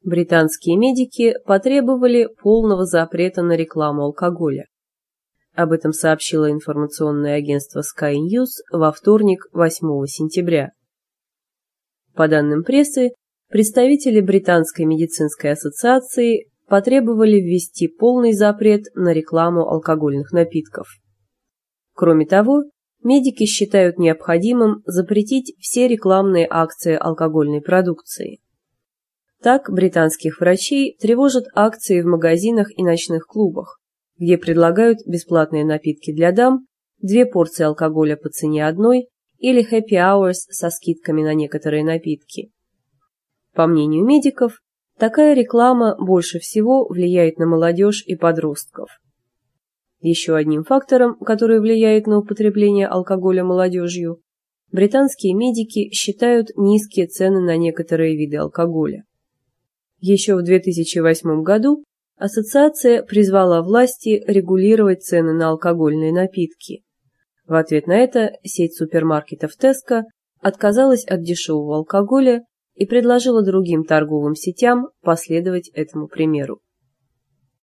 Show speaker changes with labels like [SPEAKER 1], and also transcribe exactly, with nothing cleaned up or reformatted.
[SPEAKER 1] Британские медики потребовали полного запрета на рекламу алкоголя. Об этом сообщило информационное агентство Sky News во вторник, восьмого сентября. По данным прессы, представители Британской медицинской ассоциации потребовали ввести полный запрет на рекламу алкогольных напитков. Кроме того, медики считают необходимым запретить все рекламные акции алкогольной продукции. Так, британских врачей тревожат акции в магазинах и ночных клубах, где предлагают бесплатные напитки для дам, две порции алкоголя по цене одной или happy hours со скидками на некоторые напитки. По мнению медиков, такая реклама больше всего влияет на молодежь и подростков. Еще одним фактором, который влияет на употребление алкоголя молодежью, британские медики считают низкие цены на некоторые виды алкоголя. Еще в две тысячи восьмом году ассоциация призвала власти регулировать цены на алкогольные напитки. В ответ на это сеть супермаркетов Tesco отказалась от дешевого алкоголя и предложила другим торговым сетям последовать этому примеру.